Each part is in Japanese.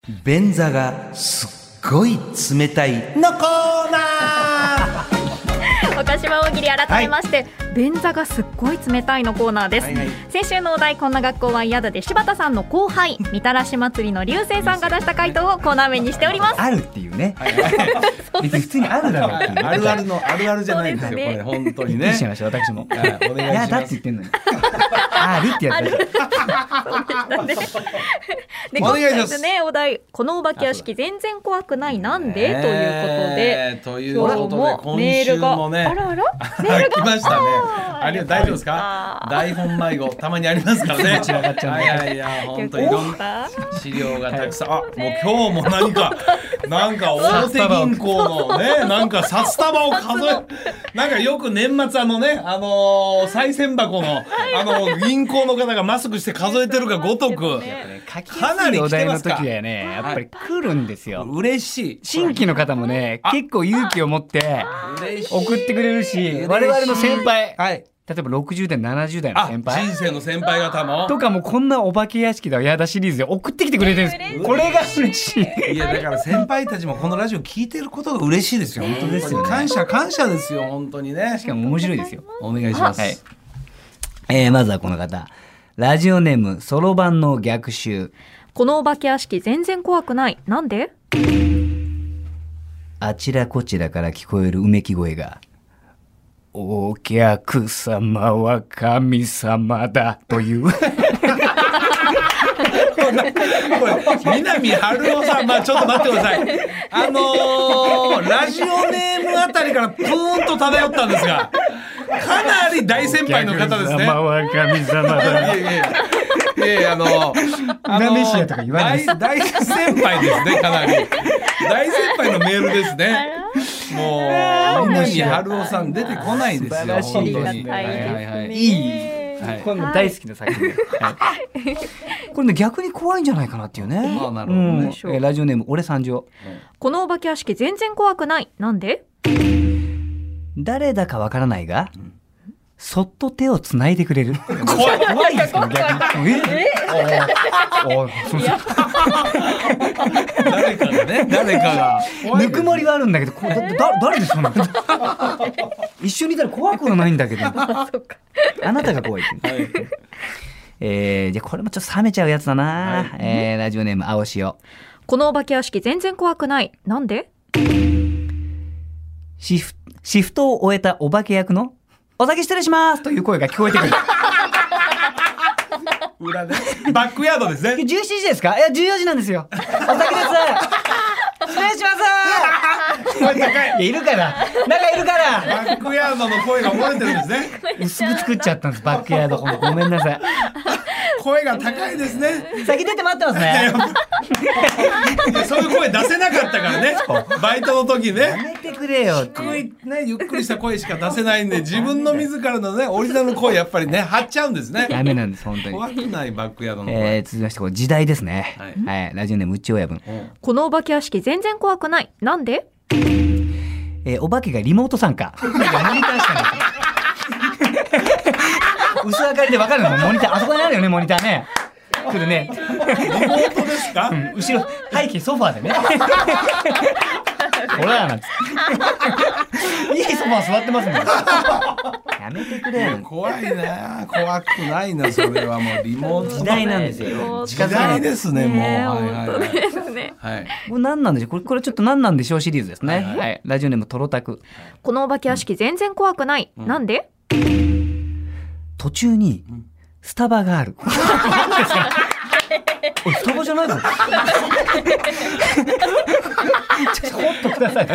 便座がすっごい冷たいのコーナー岡島大喜利改めまして、便座がすっごい冷たいのコーナーです、先週のお題こんな学校は嫌だで柴田さんの後輩みたらし祭りの流星さんが出した回答をコーナー名にしております。 あるっていうね、別に普通にあるだろうっていう、 あるあるのあるあるじゃないんですよ、これ本当にね。 しましょう私も。 お願いします。 嫌だって言ってんのに。あるってやつだ。 で今回のねお題このお化け屋敷全然怖くないなんで、ということで今日もメールがあらあらメールが来ましたね。大丈夫ですか？台本迷子たまにありますからね。 散らかっちゃう。 いや本当いろんな資料がたくさん。もう今日も何かなんか大手銀行のねなんか札束を数えなんかよく年末ね賽銭箱の銀行の方がマスクして数えてるがごとくかなり来てますか。 お題の時はねやっぱり来るんですよ。 嬉しい。 新規の方もね結構勇気を持って送ってくれるし、我々の先輩、例えば60代70代の先輩、 人生の先輩方もとかもこんなお化け屋敷だやだシリーズで送ってきてくれてるんです。これが嬉しい。 いやだから先輩たちもこのラジオ聞いてることが嬉しいですよ。 本当ですよね。 感謝ですよ本当にね。 しかも面白いですよ。 お願いします。 まずはこの方、ラジオネームそろばんの逆襲。 このお化け屋敷全然怖くないなんで？ あちらこちらから聞こえるうめき声が、お客様は神様だというこれ南春夫さん、ちょっと待ってください。ラジオネームあたりからプーンと漂ったんですが、かなり大先輩の方ですね。 お客様は神様だ。 なめしやとか言わないです。大先輩ですね、かなり大先輩のメールですね。もう南春夫さん出てこないですよ。 素晴らしいですね。いい、この大好きな作品。これね逆に怖いんじゃないかなっていうね。 なるほどね。 ラジオネーム俺三条。 このお化け屋敷全然怖くないなんで？ 誰だかわからないが、そっと手をつないでくれる。怖いですけど逆に。 誰かがぬくもりはあるんだけど、誰でしょうね。一緒にいたら怖くはないんだけど。あなたが怖いって。じゃあこれもちょっと冷めちゃうやつだな。ラジオネーム青潮。 このお化け屋敷全然怖くないなんで？ シフトを終えたお化け役のお酒失礼しますという声が聞こえてくる。 裏でバックヤードですね。 17時ですか？いや14時なんですよ。お酒です。失礼します。 声高い。 いやいるから。中いるから。 バックヤードの声が漏れてるんですね。 薄く作っちゃったんですバックヤード。ごめんなさい。 声が高いですね。 先出て待ってますね。 そういう声出せなかったからね。バイトの時ね。 やめてくれよ。 低いねゆっくりした声しか出せないんで、自分の自らのねオリジナルの声やっぱりね張っちゃうんですね。 ダメなんです本当に。 怖くないバックヤードの声。 続きましてこれ時代ですね。はい。ラジオネームうち親分。 このお化け屋敷全然怖くないなんで？ お化けがリモート参加。モニターしかない。薄明かりで分かるのモニター。あそこにあるよねモニターね。来るね。 リモートですか？ 後ろ背景ソファーでね。ほらなんついいソファー座ってますもん。やめてくれよ。 怖いな。怖くないな。それはもうリモート時代なんですよ。 時代ですねもう。 本当ですね。 これ何なんでしょう。これちょっと何なんでしょうシリーズですね。はい。ラジオネームトロタク。 このお化け屋敷全然怖くないなんで？ 途中にスタバがある。スタバじゃないの？ちょっとホッとください。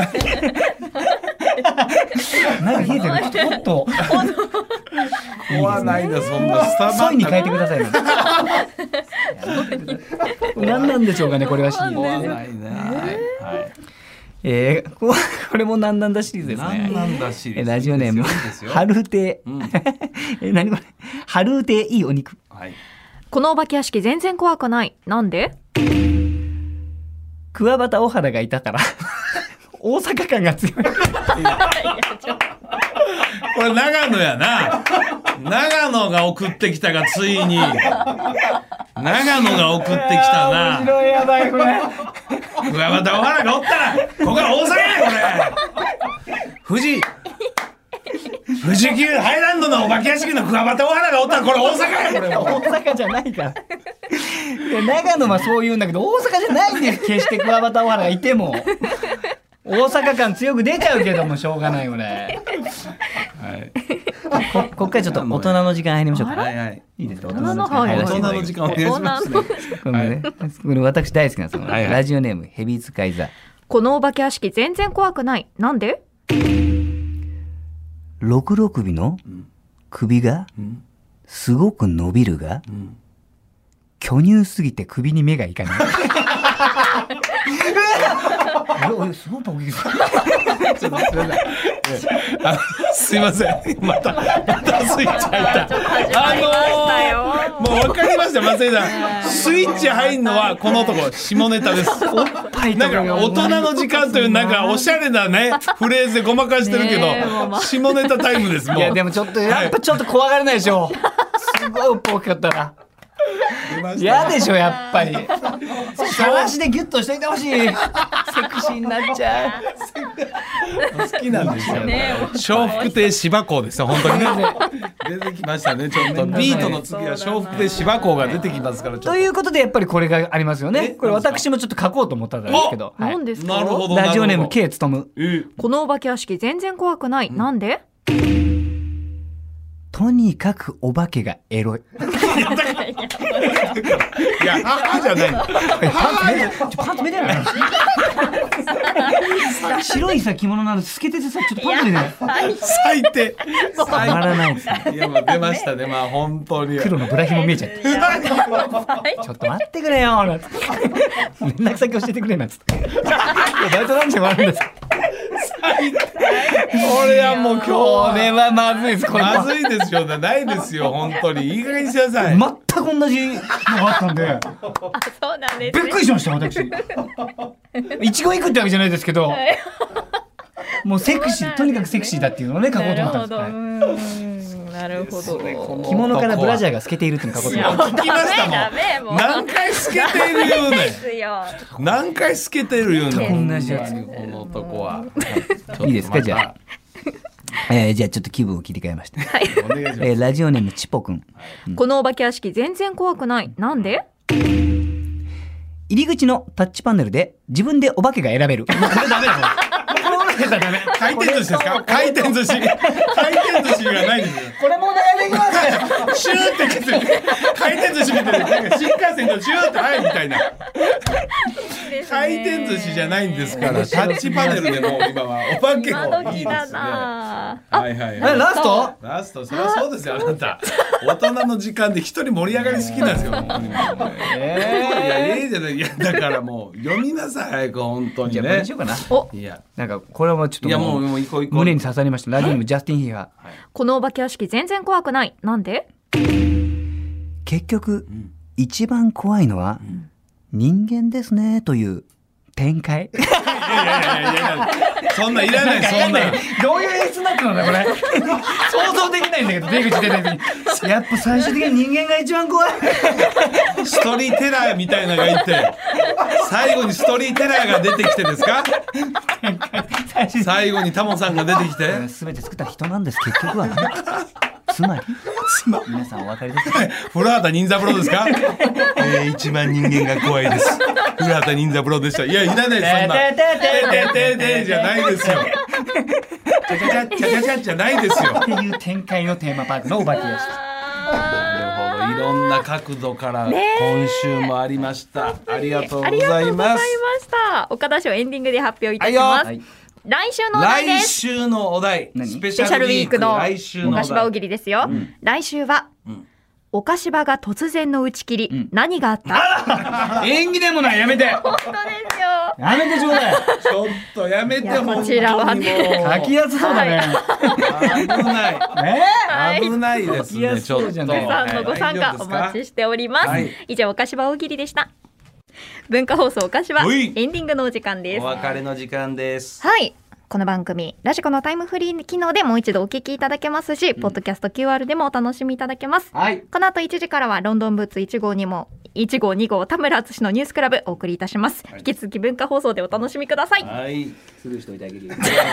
なんか冷えてる。ちょっとホッと。 怖ないなそんなスタバ。 ソイに変えてくださいね。何なんでしょうかねこれはシリーズ。 怖ないな。 これもなんなんだシリーズですね。 なんなんだシリーズ。 ラジオネーム春うて。何これ？春うていいお肉。 このお化け屋敷全然怖くないなんで？ 桑畑小原がいたから大阪感が強い。 これ長野やな。長野が送ってきたがついに長野が送ってきたな。 面白い、やばいこれ。 うわ、またお花がおったら、ここは大阪やこれ。富士急ハイランドのお化け屋敷の桑畑お花がおったら、これ大阪やこれ。もう大阪じゃないから。いや長野はそう言うんだけど、大阪じゃないんです。決して桑畑お花がいても。大阪感強く出ちゃうけどもしょうがないよね。 はい。 こっからちょっと大人の時間入りましょうか。 はいはい。 いいですか。 大人の時間大人の時間お願いしますね。 これね、これ私大好きなんですよ。 はいはいラジオネームヘビ使い座。 このお化け屋敷全然怖くない。なんで？ 六六首の首がすごく伸びるが、巨乳すぎて首に目がいかない。すごいパクリ。 すいません。またスイッチ入った。もう分かりました、松井さん。スイッチ入んのはこの男、下ネタです。 おっぱいとかなんか大人の時間というなんかおしゃれなねフレーズでごまかしてるけど、下ネタタイムです。もう。 いやでもちょっとやっぱちょっと怖がれないでしょ。すごいおっぱ大きかったら。嫌でしょやっぱり。話でギュッとしといてほしい。セクシーになっちゃう。 好きなんですよね。笑福亭芝公ですよ本当にね。出てきましたね。ちょっとビートの次は笑福亭芝公が出てきますから。 ということでやっぱりこれがありますよね。これ私もちょっと書こうと思ったんですけど。 何ですか？ なるほど。 ラジオネーム K つとむ。 このお化け屋敷全然怖くない。なんで？ とにかくお化けがエロい。 いや、母じゃない。 パンツめでない。白いさ着物なの透けててさちょっとパンツめでない。 最低。 たまらないですね。 いや、まあ出ましたね。まあ本当に。 黒のブラヒも見えちゃって。ちょっと待ってくれよ。なんつって。連絡先教えてくれなんつって。バイトなんでもあるんです。 これはもう今日これはまずいです。これまずいですよ。ないですよ本当に。いい加減にしてください。 全く同じのがあったんで。 そうなんですね。 びっくりしました私。一言いくってわけじゃないですけど。もうセクシー、とにかくセクシーだっていうのをね書こうと思ったんです。 なるほど。 着物からブラジャーが透けているっていうの書こうと思った。 聞きましたもん。何回透けているよね。何回透けているよね。 同じやつ。 この男は。 いいですかじゃあ。じゃあちょっと気分を切り替えました。ラジオネームちぽくん。 このお化け屋敷全然怖くない。なんで？ 入り口のタッチパネルで自分でお化けが選べる。これダメだよ。 回転寿司ですか？回転寿司。回転寿司がないんですよ。 これもう悩んでいきますね。シューって消す。回転寿司みたいな。なんか新幹線のシューってはいみたいな。回転寿司じゃないんですから。タッチパネルでもう今はお化けもいいですね。はいはいはい。 ラスト？ ラスト。そりゃそうですよあなた。大人の時間で一人盛り上がり好きなんですよ。いやいいじゃない。いやだからもう読みなさい早く本当にね。 じゃあどうしようかな。いやなんかこれはちょっといやもう行こう胸に刺さりました。ラジオネームジャスティンヒーハー。 このお化け屋敷全然怖くない。なんで？ 結局一番怖いのは人間ですねという展開。 いやそんないらないそんな。 どういう演出になってるんだこれ。想像できないんだけど出口出た時にやっぱ最終的に人間が一番怖い。 ストーリーテラーみたいなのがいて最後にストーリーテラーが出てきてですか？最後にタモさんが出てきて全て作った人なんです結局は。つまり皆さんお分かりですか？ 古畑任三郎ですか？一番人間が怖いです。古畑任三郎でした。いやいらないですそんな。てじゃないですよ。チャチャチャチャチャじゃないですよ。 っていう展開のテーマパークのお化け屋敷。 なるほどいろんな角度から今週もありました。ありがとうございます。 岡田賞エンディングで発表いたします。来週のお題です。 来週のお題スペシャルウィークの来週のおかしば大喜利ですよ。来週はおかしばが突然の打ち切り、何があった？ 演技でもないやめて。 本当ですよ。 やめてちょうだい。 ちょっとやめてこちらはね。 書きやすそうだね。 危ない。危ないですね。ちょっと。 皆さんのご参加お待ちしております。以上おかしば大喜利でした。文化放送おかしばエンディングのお時間です。 お別れの時間です。 はい。この番組ラジコのタイムフリー機能でもう一度お聞きいただけますし、ポッドキャスト QR でもお楽しみいただけます。この後1時からはロンドンブーツ1号にも 1号2号田村淳のニュースクラブお送りいたします、引き続き文化放送でお楽しみください。 はいスルーしといてあげるよ。 すいません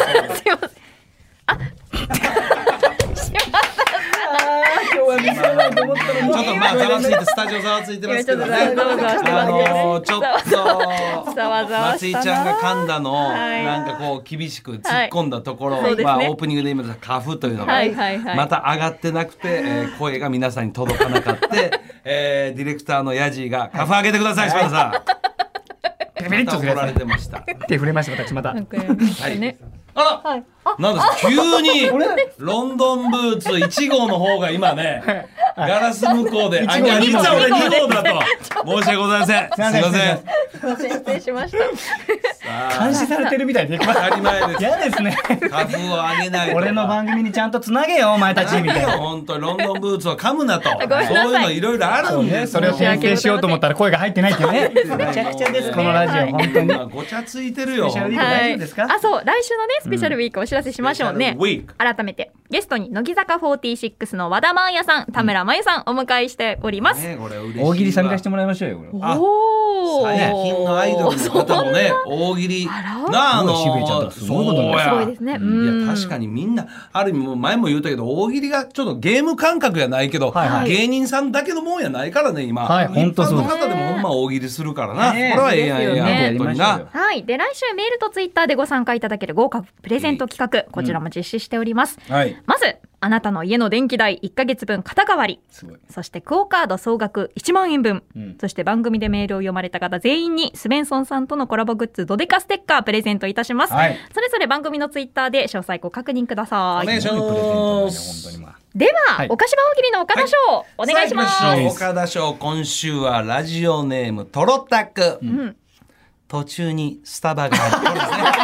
今日は見せないと思ったのに。 ちょっとまあざわついてスタジオざわついてますけどね。 ちょっとざわしてますけどちょっとざわざわ松井したなちゃんが噛んだのをはいなんかこう厳しく突っ込んだところ、 そうですねまあオープニングで言いましたカフというのがはいはいはいまた上がってなくて、声が皆さんに届かなかった、ディレクターのヤジーがカフ上げてください、柴田さん。 ペリッと怒られてました。 手触れました私また。 なんかやりましたね、 あら、 はい、 なんです急にロンドンブーツ1号の方が今ねガラス向こうで、あ、いや実は俺2号だと申し訳ございません。すいません。 失礼しました監視されてるみたいで当たり前です。 嫌ですね。 株を上げないとか。 俺の番組にちゃんとつなげよお前たちみたいな。 本当ロンドンブーツを噛むなと。 ごめんなさいそういうのいろいろあるんです。 それを訂正しようと思ったら声が入ってないっていうね。めちゃくちゃですこのラジオ本当に。 ごちゃついてるよ。 スペシャルウィーク大丈夫ですか？ あ、そう来週のねスペシャルウィークお知らせしましょうね、 スペシャルウィーク改めてゲストに乃木坂46の和田真彩さん、田村真由さんお迎えしております、 ね、これ嬉しいわ。 大喜利参加してもらいましょうよこれ。 あおー最近のアイドルの方もね大喜利なすごい渋いちゃんとすごいことになるすごいですね、 いや確かにみんなある意味もう前も言ったけど大喜利がちょっとゲーム感覚やないけど、 はいはい芸人さんだけのもんやないからね今、 はい本当そう一般の方でもほんま大喜利するからな、 ねこれはええやんええやん、 ね本当にな。 はい、で来週メールとツイッターでご参加いただける豪華プレゼント企画、こちらも実施しております、 はいまずあなたの家の電気代1ヶ月分肩代わり、 すごい。 そしてクオカード総額1万円分、 うんそして番組でメールを読まれた方全員にスベンソンさんとのコラボグッズドデカステッカープレゼントいたします、 はいそれぞれ番組のツイッターで詳細ご確認ください。 お願いしすごいプレゼントだねま本す。 当にまあ。 では、 はい岡島大喜利の岡田賞、お願いします。 さあ行きましょう岡田賞今週はラジオネームトロタク、 ん途中にスタバがあるこれですねおめでとうござい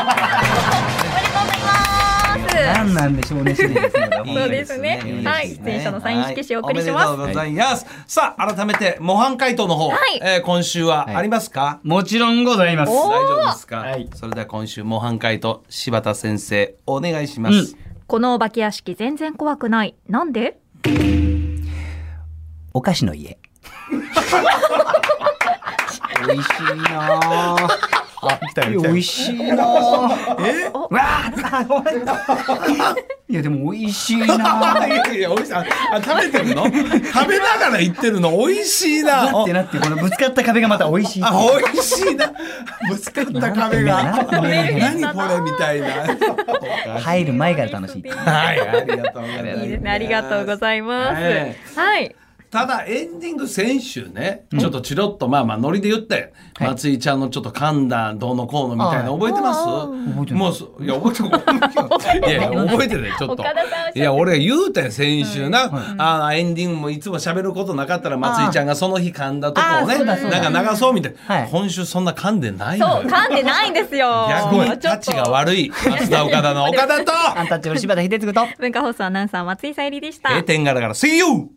ます。 何なんでしょうねシリーズですね。 そうですねいいはい出演者のサイン色紙をお送りしますはいおめでとうございます、さあ改めて模範解答の方、 はい今週はありますか？ もちろんございます。 お大丈夫ですか、 はいそれでは今週模範解答柴田先生お願いします、 うんこのお化け屋敷全然怖くない。なんで？ お菓子の家。美味しいなぁ。あ、来たよ。美味しいなぁ。 えわあ、ごめん。いやでも美味しいなぁ。 いやいや美味しいあ食べてるの食べながら言ってるの美味しいなだってなってこのぶつかった壁がまた美味しい。 あ美味しいなぶつかった壁がなんてね何これみたいな入る前から楽しい。 はいありがとうございますいいですね。ありがとうございます。 はいはい。 ただエンディング先週ね、ちょっとチロッとまあノリで言って、 はい松井ちゃんのちょっと噛んだどうのこうのみたいな覚えてます？ 覚えてないもういや覚えていやいや覚えてねちょっと岡田さんおっしゃっていや俺言うてん先週な、エンディングもいつも喋ることなかったら松井ちゃんがその日噛んだとこをねそうだそうだなんか流そうみたいな、 はい今週そんな噛んでないそうのよ噛んでないんですよ。 逆にタッチが悪い松田岡田の岡田とアンタッチャブル柴田秀嗣と。 文化放送アナウンサー松井さゆりでした。 閉店ガラガラ See you!